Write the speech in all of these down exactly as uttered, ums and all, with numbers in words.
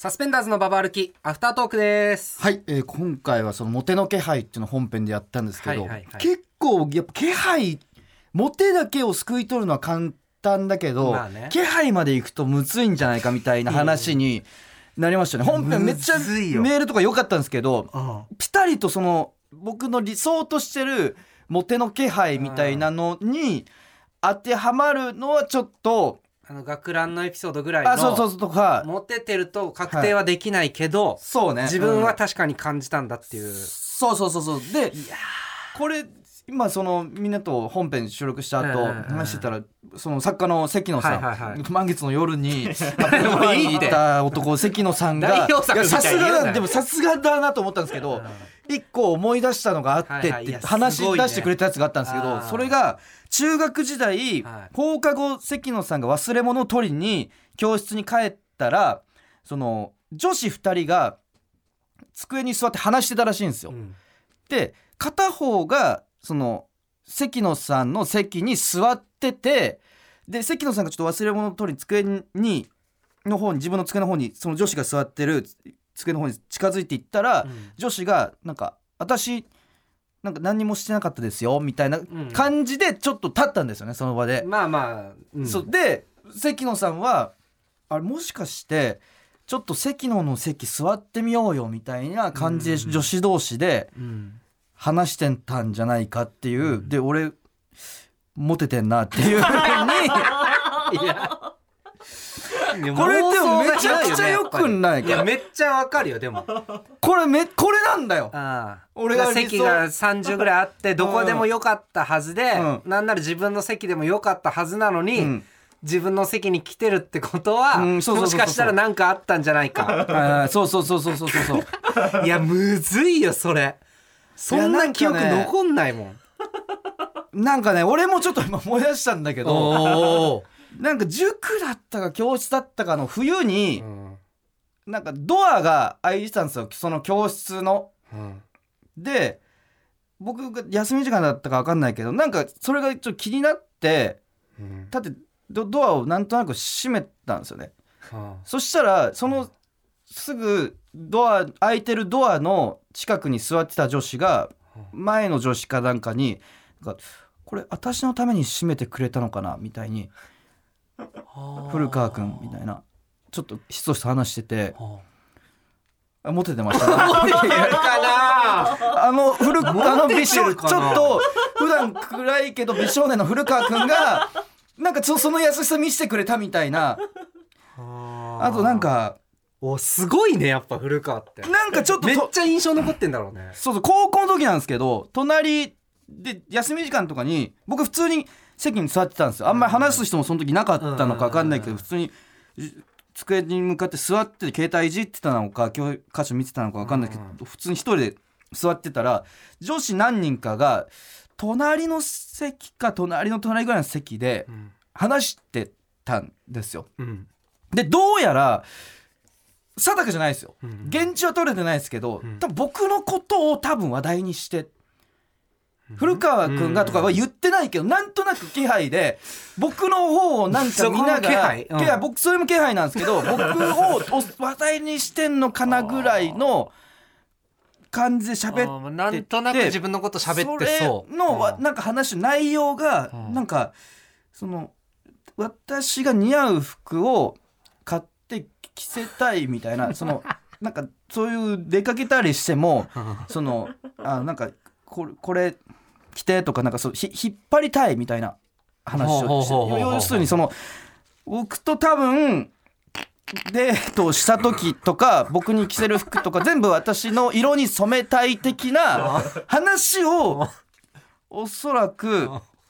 サスペンダーズのババ歩きアフタートークです。 はい、えー、今回はそのモテの気配っていうのを本編でやったんですけど、 はいはいはい、 結構やっぱ気配モテだけをすくい取るのは簡単だけど、 まあね、 気配まで行くとむずいんじゃないかみたいな話になりましたね。本編めっちゃメールとか良かったんですけど、ピタリとその僕の理想としてるモテの気配みたいなのに当てはまるのはちょっと、 あの学ランのエピソードぐらいの、 あ、そうそうそうとか、 モテてると確定はできないけど、 はい、そうね、 自分は確かに感じたんだっていう、うん、 そうそうそうそう。で、いやこれ今そのみんなと本編収録した後話してたら、その作家の関野さん、はいはいはい、満月の夜にいた男関野さんがさすがでもさすがだなと思ったんですけど、一個思い出したのがあってって話し出してくれたやつがあったんですけど、それが中学時代放課後関野さんが忘れ物を取りに教室に帰ったら、その女子ふたりが机に座って話してたらしいんですよ、うん、で片方がその関野さんの席に座ってて、で関野さんがちょっと忘れ物を取り机にの方に自分の机の方にその女子が座ってる机の方に近づいていったら、うん、女子がなんか私なんか何にもしてなかったですよみたいな感じでちょっと立ったんですよね、その場で。 まあまあ、うん、 そうで関野さんはあれもしかしてちょっと関野の席座ってみようよみたいな感じで女子同士で話してたんじゃないかっていう、うん、で俺モテてんなっていう風にいやこれでもめちゃくちゃよくないか。 いやめっちゃわかるよ。でもこれめこれなんだよ。 ああ俺が席がさんじゅうぐらいあってどこでもよかったはずで、うん、なんなら自分の席でもよかったはずなのに、うん、自分の席に来てるってことは、うん、そうそうそうそう、もしかしたら何かあったんじゃないか。 そうそうそうそうそうそういやむずいよそれ。そんな記憶残んないもん。 なんかね俺もちょっと今思い出したんだけどなんか塾だったか教室だったかの冬に、うん、なんかドアが開いてたんですよ、その教室の、うん、で僕が休み時間だったか分かんないけどなんかそれがちょっと気になって、うん、だってド, ドアをなんとなく閉めたんですよね、うん、そしたらそのすぐドア開いてるドアの近くに座ってた女子が前の女子かなんかになんかこれ私のために閉めてくれたのかなみたいに古川くんみたいなちょっとひそひそ話してて、モテてましたねあの古あの美少ちょっと普段暗いけど美少年の古川くんがなんかその優しさ見せてくれたみたいな。あとなんかおすごいねやっぱ古川ってなんかちょっとめっちゃ印象残ってんだろうね。 そうそう高校の時なんですけど隣で休み時間とかに僕普通に席に座ってたんですよ。あんまり話す人もその時なかったのか分かんないけど普通に机に向かって座って携帯いじってたのか教科書見てたのか分かんないけど普通に一人で座ってたら女子何人かが隣の席か隣の隣ぐらいの席で話してたんですよ、うん、でどうやら定かじゃないですよ、現地は取れてないですけど多分僕のことを多分話題にして古川くんがとかは言ってないけど、うん、なんとなく気配で僕の方をなんか見ながら気配、うん、気配僕それも気配なんですけど僕を話題にしてんのかなぐらいの感じで喋ってて、 なんとなく自分のこと喋ってそうそれのなんか話の内容がなんかその私が似合う服を買って着せたいみたいなそのなんかそういう出かけたりしてもそのあなんかこれこれ着てとかなんかそうひ引っ張りたいみたいな話をして要するにその僕と多分デートをした時とか僕に着せる服とか全部私の色に染めたい的な話をおそらく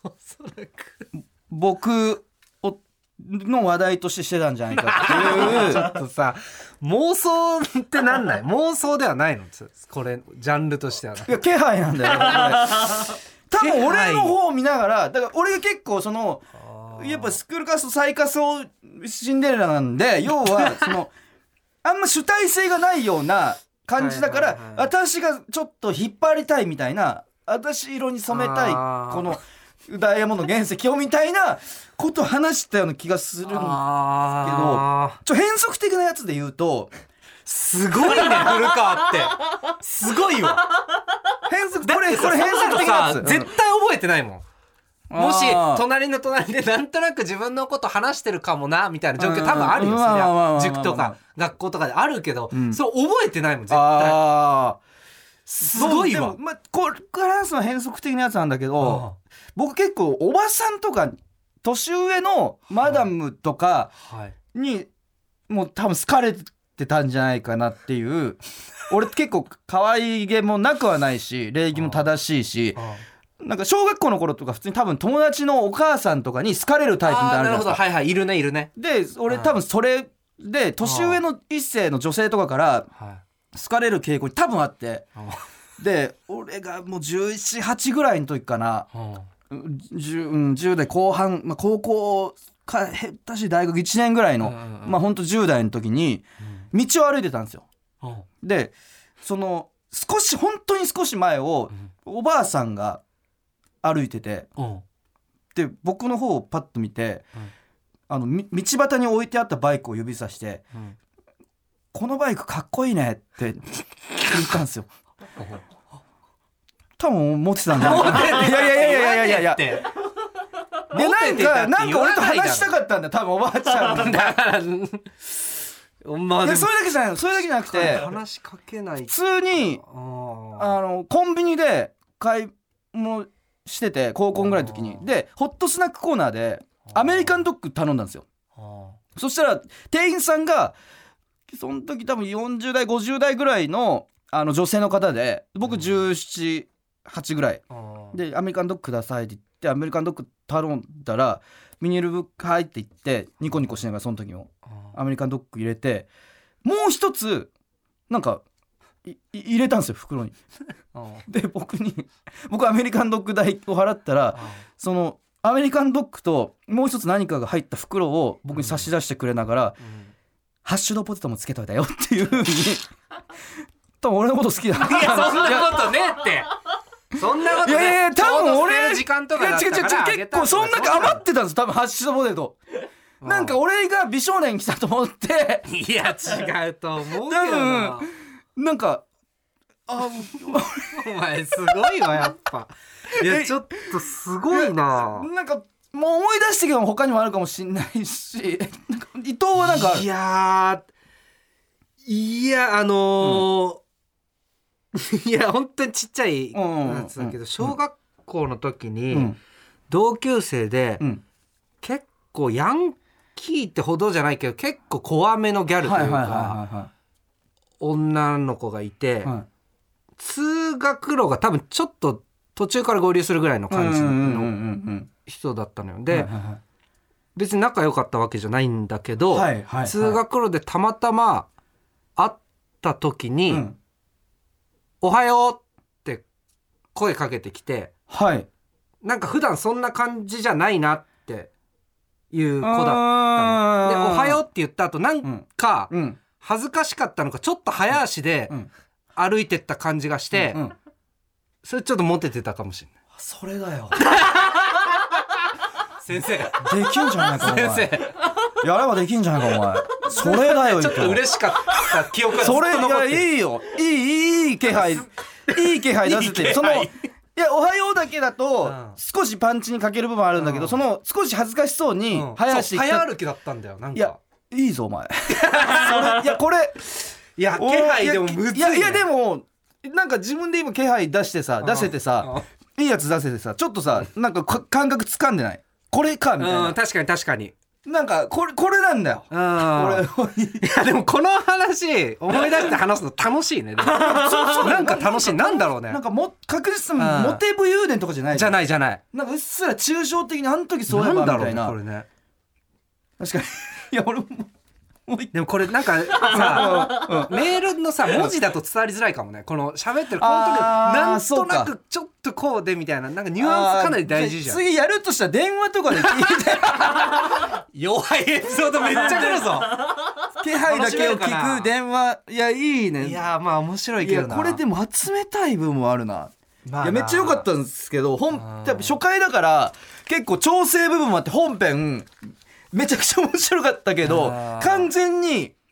僕の話題としてしてたんじゃないかっていうちょっとさ妄想ってなんない妄想ではないのこれジャンルとしては。いや気配なんだよ多分俺の方を見ながらだから俺が結構そのやっぱスクールカーストサイカスをシンデレラなんで要はそのあんま主体性がないような感じだから、はいはいはい、私がちょっと引っ張りたいみたいな私色に染めたいこのダイヤモンド原石をみたいなことを話したような気がするんですけどちょ変則的なやつで言うとすごいね古川ってすごいわ。 変則これこれ変則的なやつ絶対覚えてないもん。もし隣の隣でなんとなく自分のこと話してるかもなみたいな状況多分あるよ。そりゃ塾とか学校とかであるけど、うん、そう覚えてないもん絶対。あすごいわ。 まあ、これからその変則的なやつなんだけど、僕結構おばさんとか年上のマダムとかにもう多分好かれてたんじゃないかなっていう。俺結構可愛げもなくはないし礼儀も正しいし、なんか小学校の頃とか普通に多分友達のお母さんとかに好かれるタイプみたいなのあるじゃないですか。 はいはいいるねいるね。 で俺多分それで年上の一世の女性とかから好かれる傾向に多分あって、で俺がもうじゅうなな、はちぐらいの時かな、10, じゅう代後半、まあ、高校か下手し大学いちねんぐらいの、まあほんとじゅう代の時に道を歩いてたんですよ。でその少し本当に少し前をおばあさんが歩いてて、うん、で僕の方をパッと見て、うん、あの道端に置いてあったバイクを指さして、うん、このバイクかっこいいねって言ったんですよ。多分思ってたんだよ。いやいやいやいやいやいやでなんかなんか俺と話したかったんだよ多分おばあちゃんだからまあ、でそれだけじゃないそれだけじゃなくて話しかけない普通にあのコンビニで買い物してて高校ぐらいの時にでホットスナックコーナーでアメリカンドッグ頼んだんですよ。そしたら店員さんがその時多分よんじゅう代ごじゅう代ぐらい の, あの女性の方で僕じゅうなな、はちぐらいでアメリカンドッグくださいって言ってアメリカンドッグ頼んだらビニール袋入っていってニコニコしながらその時もアメリカンドッグ入れてもう一つなんか入れたんですよ袋に。で僕に僕アメリカンドッグ代を払ったらそのアメリカンドッグともう一つ何かが入った袋を僕に差し出してくれながら、うん、ハッシュドポテトもつけといたよっていう風に多分俺のこと好きだ。いやそんなことねってそんなことね。いやいや多分俺時間とかだったから結構そんだけ余ってたんです多分ハッシュドポテト。なんか俺が美少年来たと思っていや違うと思うけどな。 なんかあお前すごいわやっぱ。いやちょっとすごいな。 なんかもう思い出してけど他にもあるかもしんないしなんか伊藤はなんかある。 いやいやあのーうん、いや本当にちっちゃいやつだけど、うん、小学校の時に、うん、同級生で、うん、結構ヤンキーってほどじゃないけど結構怖めのギャルというか女の子がいて、はい、通学路が多分ちょっと途中から合流するぐらいの感じの人だったのよ。で、別に仲良かったわけじゃないんだけど、はいはいはい、通学路でたまたま会った時に、うん、おはようって声かけてきて、はい、なんか普段そんな感じじゃないなっていう子だったので、おはようって言った後なんか恥ずかしかったのかちょっと早足で歩いてった感じがして、うんうん、それちょっとモテてたかもしれない。 それだよ先生できんじゃないかお前。先生やればできんじゃないかお前。それだよちょっと嬉しかった記憶がずっと残ってる。それいやいいよいいいい気配いい気配出せてそのいやおはようだけだと、うん、少しパンチにかける部分あるんだけど、うん、その少し恥ずかしそうに早足、 うん、早歩きだったんだよ。なんかいやいいぞお前それいやこれいや気配でもむずい、ね、いやいやでもなんか自分で今気配出してさ出せてさいいやつ出せてさちょっとさなんか感覚掴んでないこれかみたいな、 うん、確かに確かになんかこれこれなんだよ。うん、 いやでもこの話思い出して話すの楽しいね。でもなんか楽しいなんだろうね。 なんかも確実にモテ武勇伝とかじゃないじゃないじゃない。 なんかうっすら抽象的にあの時そういえばみたいな。なんだろうねこれね。確かにいや俺もでもこれなんかさ、うん、メールのさ文字だと伝わりづらいかもね。この喋ってるこの時なんとなくちょっとこうでみたいななんかニュアンスかなり大事じゃん。 次やるとしたら電話とかで聞いて弱いエピソードめっちゃ来るぞ気配だけを聞く電話いやいいね。 いやまあ面白いけどな。 いやこれでも集めたい部分もあるな。まあ、いやめっちゃ良かったんですけど本初回だから結構調整部分もあって本編めちゃくちゃ面白かったけど完全に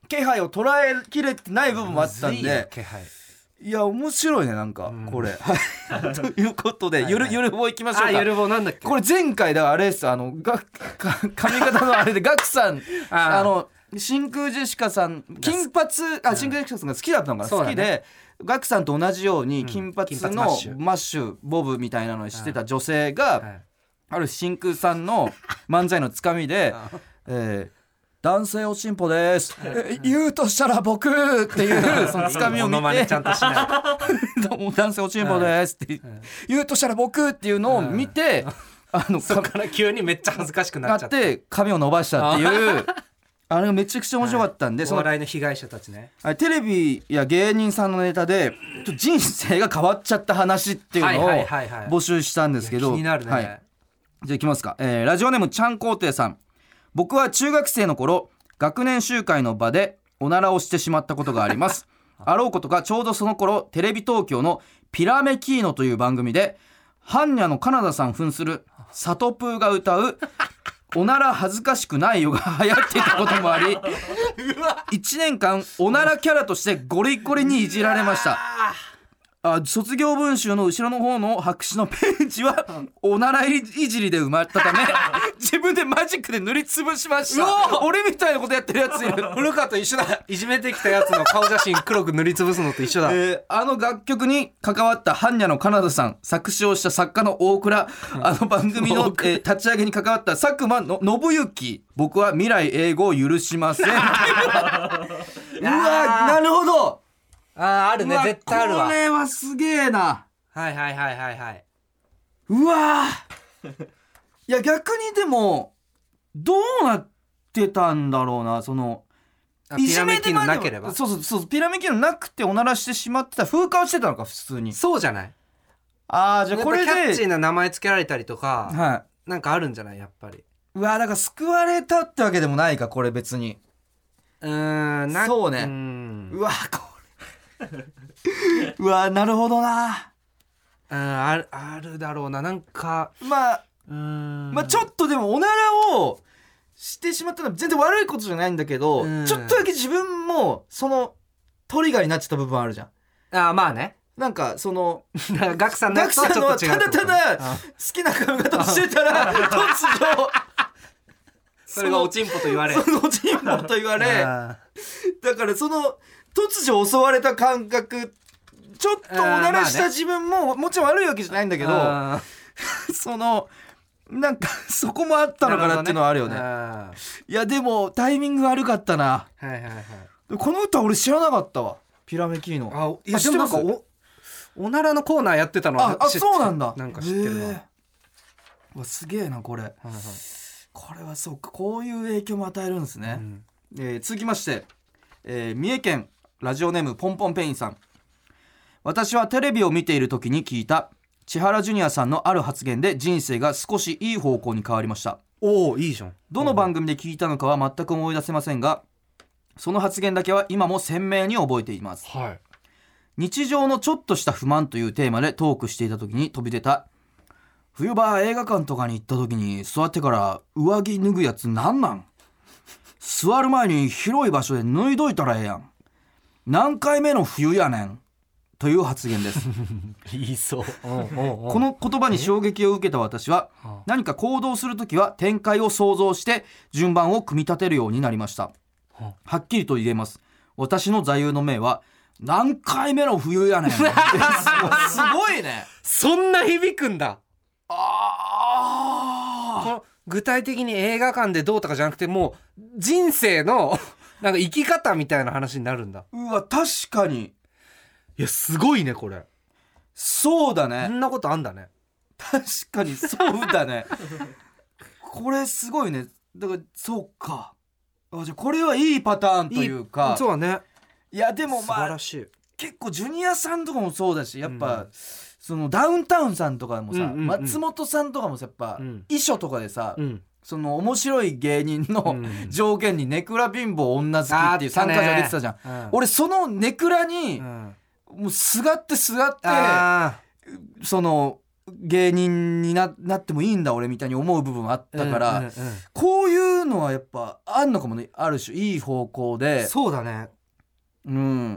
気配を捉えきれてない部分もあったんで、 気配いや面白いねなんか、うん、これということで、はいはい、ゆるゆる棒いきましょうか。あゆる棒なんだっけこれ前回だからあれですあのが髪型のあれでガクさんあの真空ジェシカさん金髪あ真空ジェシカさんが好きだったのかな、好きでガクさんと同じように金髪のマッシュボブみたいなのにしてた女性がある真空さんの漫才のつかみでえー男性おちんぽです言うとしたら僕っていうそのつかみを見てちゃんとしないどうも男性おちんぽですって言うとしたら僕っていうのを見てあのそこから急にめっちゃ恥ずかしくなっちゃって髪を伸ばしたっていうあれがめちゃくちゃ面白かったんで、 はい、お笑いの被害者たちね、 はい、テレビや芸人さんのネタでちょっと人生が変わっちゃった話っていうのを募集したんですけど、 気になるね、はい、じゃあいきますか、えー、ラジオネームちゃんこうていさん。僕は中学生の頃学年集会の場でおならをしてしまったことがありますあろうことかちょうどその頃テレビ東京のピラメキーノという番組でハンニャのカナダさん扮するサトプーが歌うおなら恥ずかしくないよが流行っていたこともありいちねんかんおならキャラとしてゴリゴリにいじられました。あ卒業文集の後ろの方の白紙のページはおならいじりで埋まったため自分でマジックで塗りつぶしました。俺みたいなことやってるやついる。 古川と一緒だ。いじめてきたやつの顔写真黒く塗りつぶすのと一緒だ、 えー、あの楽曲に関わったハンニャのカナダさん、作詞をした作家の大倉、あの番組の、えー、立ち上げに関わった佐久間の信行、僕は未来英語を許しませんうわなるほど。 あ, あるね絶対あるわ。 これはすげえな。 はいはいはいはいはい。 うわいや逆にでもどうなってたんだろうな、そのいじめ機能なければ。 そうそうそう、ピラミッド機能なくておならしてしまってた、風化をしてたのか普通に。 そうじゃない。 ああじゃあこれでキャッチーな名前つけられたりとか、 はい、 なんかあるんじゃないやっぱり。 うわだから救われたってわけでもないかこれ別に。 うーんなそうね。 うんうわこうわなるほどな。 うんあるあるだろうな。なんかまあうーんまあちょっとでもおならをしてしまったのは全然悪いことじゃないんだけど、ちょっとだけ自分もそのトリガーになっちゃった部分あるじゃん。 ああまあね。 なんかそのガクさんのやつはちょっと違う。 ただただ好きな髪型をしてたら突如それがおちんぽと言われそのおちんぽと言われだからその突如襲われた感覚、ちょっとおならした自分ももちろん悪いわけじゃないんだけど、そのなんかそこもあったのかなっていうのはあるよね。いやでもタイミング悪かったな。 はいはいはい。 この歌俺知らなかったわ。ピラメキーノ。 あいやでもなんか お, おならのコーナーやってたのはああそうなんだ。 なんか知ってるな。 わすげえなこれ、はいはい、これはそうかこういう影響も与えるんですね、うんえー、続きまして、えー、三重県ラジオネームポンポンペインさん。私はテレビを見ている時に聞いた千原ジュニアさんのある発言で人生が少しいい方向に変わりました。 おおいいじゃん。 どの番組で聞いたのかは全く思い出せませんが、その発言だけは今も鮮明に覚えています、 はい、 日常のちょっとした不満というテーマでトークしていた時に飛び出た、冬場映画館とかに行った時に座ってから上着脱ぐやつなんなん、座る前に広い場所で脱いどいたらええやん、何回目の冬やねんという発言です言いそうこの言葉に衝撃を受けた私は何か行動するときは展開を想像して順番を組み立てるようになりました。はっきりと言えます。私の座右の銘は何回目の冬やねんすごいね。 そんな響くんだ。 あこの具体的に映画館でどうとかじゃなくてもう人生のなんか生き方みたいな話になるんだ。 うわ確かに。 いやすごいねこれ。 そうだね。 そんなことあんだね。 確かにそうだねこれすごいね。だからそうか。あじゃあこれはいいパターンというか。 いいそうだね。 いやでもまあ素晴らしい。 結構ジュニアさんとかもそうだしやっぱ、うん、そのダウンタウンさんとかもさ、うんうんうん、松本さんとかもさやっぱ、うん、遺書とかでさ、うん、その面白い芸人の条件にネクラ貧乏女好きっていう参加者出てたじゃん、うん、俺そのネクラに、うん、もうすがってすがってその芸人に な, なってもいいんだ俺みたいに思う部分あったから、うんうんうん、こういうのはやっぱあんのかもね、ある種いい方向で。 そうだね。 うん、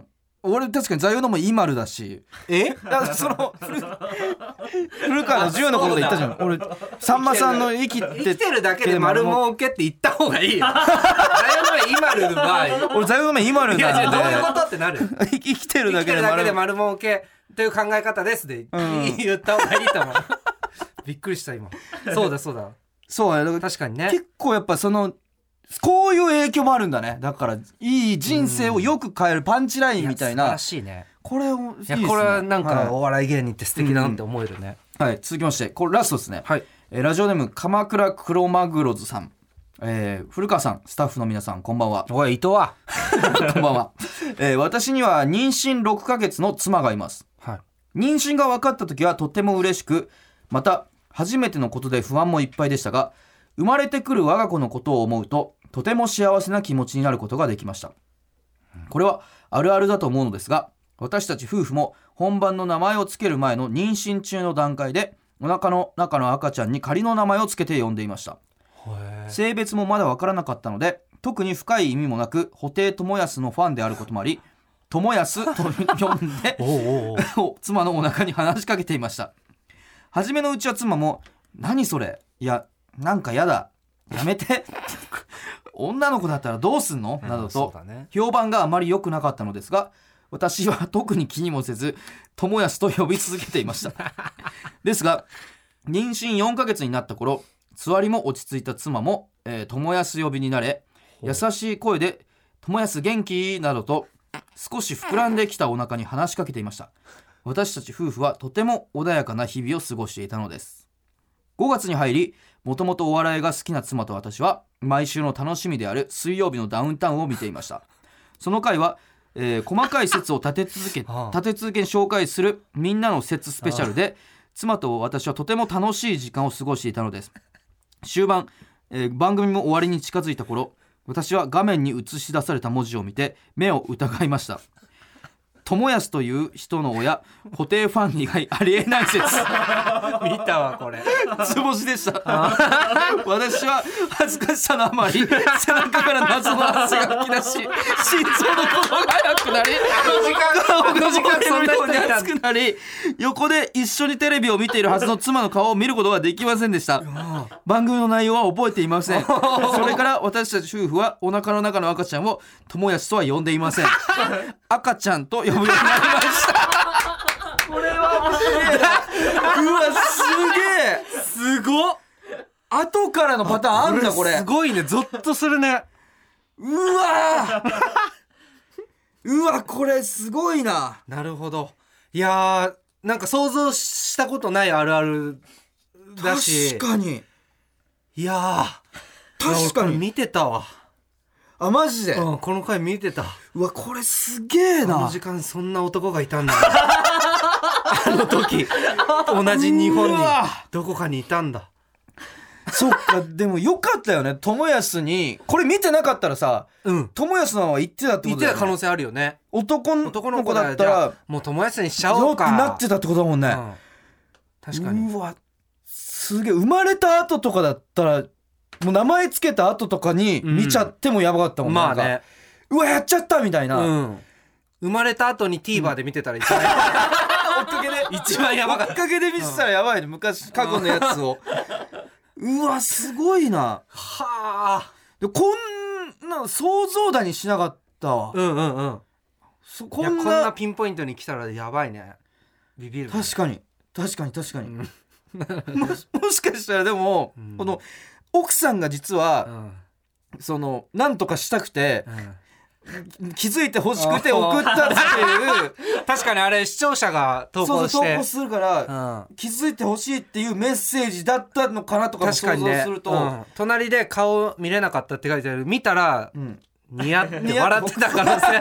俺確かに座右のもイマルだし。 えだからその古川のじゅうの頃で言ったじゃん。俺さんまさんの生きて生きてるだけで丸儲けって言った方がいいよ。座右の銘イマルは俺座右の銘イマルなんで。 どういうことってなる。 生きてるだけで丸儲けという考え方ですで、うん、言った方がいいと思う。びっくりした今。そうだそうだ。 そうだ、だから確かにね。 結構やっぱそのこういう影響もあるんだね。だからいい人生をよく変えるパンチラインみたいな。 いや素晴らしいね。 これをいいですね。 いやこれはなんかお笑い芸人って素敵だなって思えるね。 はい、はい、続きましてこれラストですね。 はい、 えー、ラジオネーム鎌倉黒マグロズさん。えー、古川さん、スタッフの皆さん、こんばんは。 おい伊藤はこんばんは、えー、私には妊娠ろっかげつの妻がいます、はい、妊娠が分かった時はとても嬉しく、また初めてのことで不安もいっぱいでしたが、生まれてくる我が子のことを思うととても幸せな気持ちになることができました。これはあるあるだと思うのですが、私たち夫婦も本番の名前をつける前の妊娠中の段階でお腹の中の赤ちゃんに仮の名前をつけて呼んでいました。性別もまだ分からなかったので特に深い意味もなく、布袋寅泰のファンであることもあり、友康と呼んでおうおうおう妻のお腹に話しかけていました。初めのうちは妻も何それ、いやなんかやだ、やめて女の子だったらどうすんの、などと評判があまり良くなかったのですが、私は特に気にもせず友康と呼び続けていましたですが妊娠よんかげつになった頃、つわりも落ち着いた妻も、えー、友康呼びになれ、優しい声で友康元気などと少し膨らんできたお腹に話しかけていました。私たち夫婦はとても穏やかな日々を過ごしていたのです。ごがつに入り、もともとお笑いが好きな妻と私は毎週の楽しみである水曜日のダウンタウンを見ていました。その回は、えー、細かい説を立て続け立て続けに紹介するみんなの説スペシャルで、妻と私はとても楽しい時間を過ごしていたのです。終盤、えー、番組も終わりに近づいた頃、私は画面に映し出された文字を見て目を疑いました。友康という人の親、布袋ファン以外ありえない説見たわこれ、 図星でした。私は恥ずかしさのあまり背中から謎の汗が噴き出し、心臓の鼓動が速くなり、顔が時間そんな人に熱くなり、横で一緒にテレビを見ているはずの妻の顔を見ることができませんでした。番組の内容は覚えていません。それから私たち夫婦はお腹の中の赤ちゃんを友康とは呼んでいません。赤ちゃんと呼ぶようになりましたこれは面白いな。うわすげえ、 すごっ、 後からのパターンあんだこれ。 すごいね、ゾッとするね。 うわうわこれすごいな。 なるほど。いやーなんか想像したことないあるあるだし。 確かに。 いやー確かに見てたわ。 あマジで、 うん、この回見てた。 うわこれすげえな。 この時間そんな男がいたんだあの時同じ日本にどこかにいたんだ。 そっかでもよかったよね、友康に。これ見てなかったらさ、うん、友康のまま言ってたってことだよね。 言ってた可能性あるよね。 男の子だったらもう友康にしちゃおうかよくなってたってことだもんね、うん、 確かに。 うわすげえ、生まれた後とかだったらもう名前つけた後とかに見ちゃってもやばかったもんね、うん、まあね、うわやっちゃったみたいな、うん、 生まれた後に TVer で見てたら一番、うん、追っかけで一番やばかった。 追っかけで見てたらやばいね、昔過去のやつをうわすごいな。はあ、でこんな想像だにしなかったわ。 うんうんうん。そこんなこんなピンポイントに来たらやばいね。ビビる、ね、 確かに確かに確かに、うん、も, もしかしたらでも、うん、この奥さんが実は、うん、そのなんとかしたくて、うん、気づいてほしくて送ったっていう確かにあれ視聴者が投稿してそうそう投稿するから、うん、気づいてほしいっていうメッセージだったのかなとかも想像すると、ね、うん、 隣で顔見れなかったって書いてある、見たら、うん、ニヤって笑ってた可能性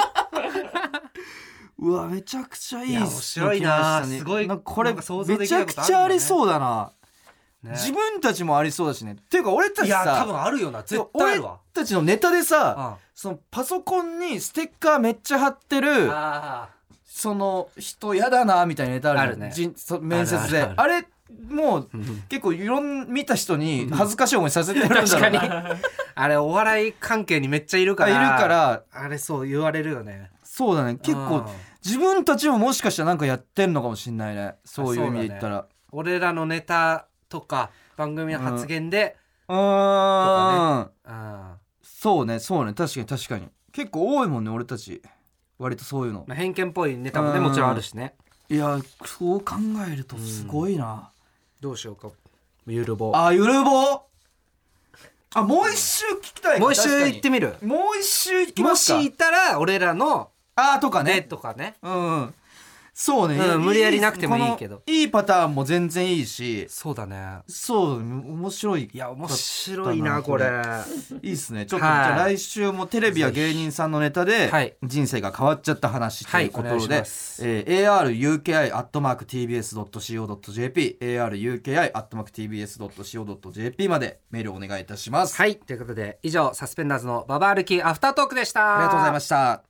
うわめちゃくちゃいいっすね。面白いな、すごい。 これめちゃくちゃありそうだな、ね、自分たちもありそうだしね。っていうか俺たちさ、 いや多分あるよな、絶対あるわ。 俺たちのネタでさ、そのパソコンにステッカーめっちゃ貼ってるその人やだなみたいなネタあるじゃん、あるね、面接で あ, あ, あれもう結構いろん見た人に恥ずかしい思いさせてるんだろうな、 確かにあれお笑い関係にめっちゃいるからいるからあれそう言われるよね。 そうだね、結構自分たちももしかしたらなんかやってんのかもしんないね、そういう意味で言ったら、ね、 俺らのネタとか番組の発言で、 うん、あとかね、 そうねそうね、確かに確かに結構多いもんね俺たち割とそういうの、 まあ、偏見っぽいネタもねもちろんあるしね。 いやそう考えるとすごいな、 どうしようか。ゆるぼあゆるぼあもう一周聞きたい、 もう一周行ってみる。 もう一周行きますか。 もしいたら俺らのあとかねとかね、 うん、うん、そうね、 うん、無理やりなくてもいいけどいいパターンも全然いいし、 そうだね、 そう面白い、 いや面白いなこれいいっすね。ちょっとじゃあ来週もテレビや芸人さんのネタで人生が変わっちゃった話ということで、はい、えー、エーアールユーケーアイ アットマーク ティービーエス ドット シーオー ドット ジェーピー エーアールユーケーアイ アットマーク ティービーエス ドット シーオー ドット ジェーピー までメールをお願いいたします。 はい、ということで以上サスペンダーズのババ歩きアフタートークでした。 ありがとうございました。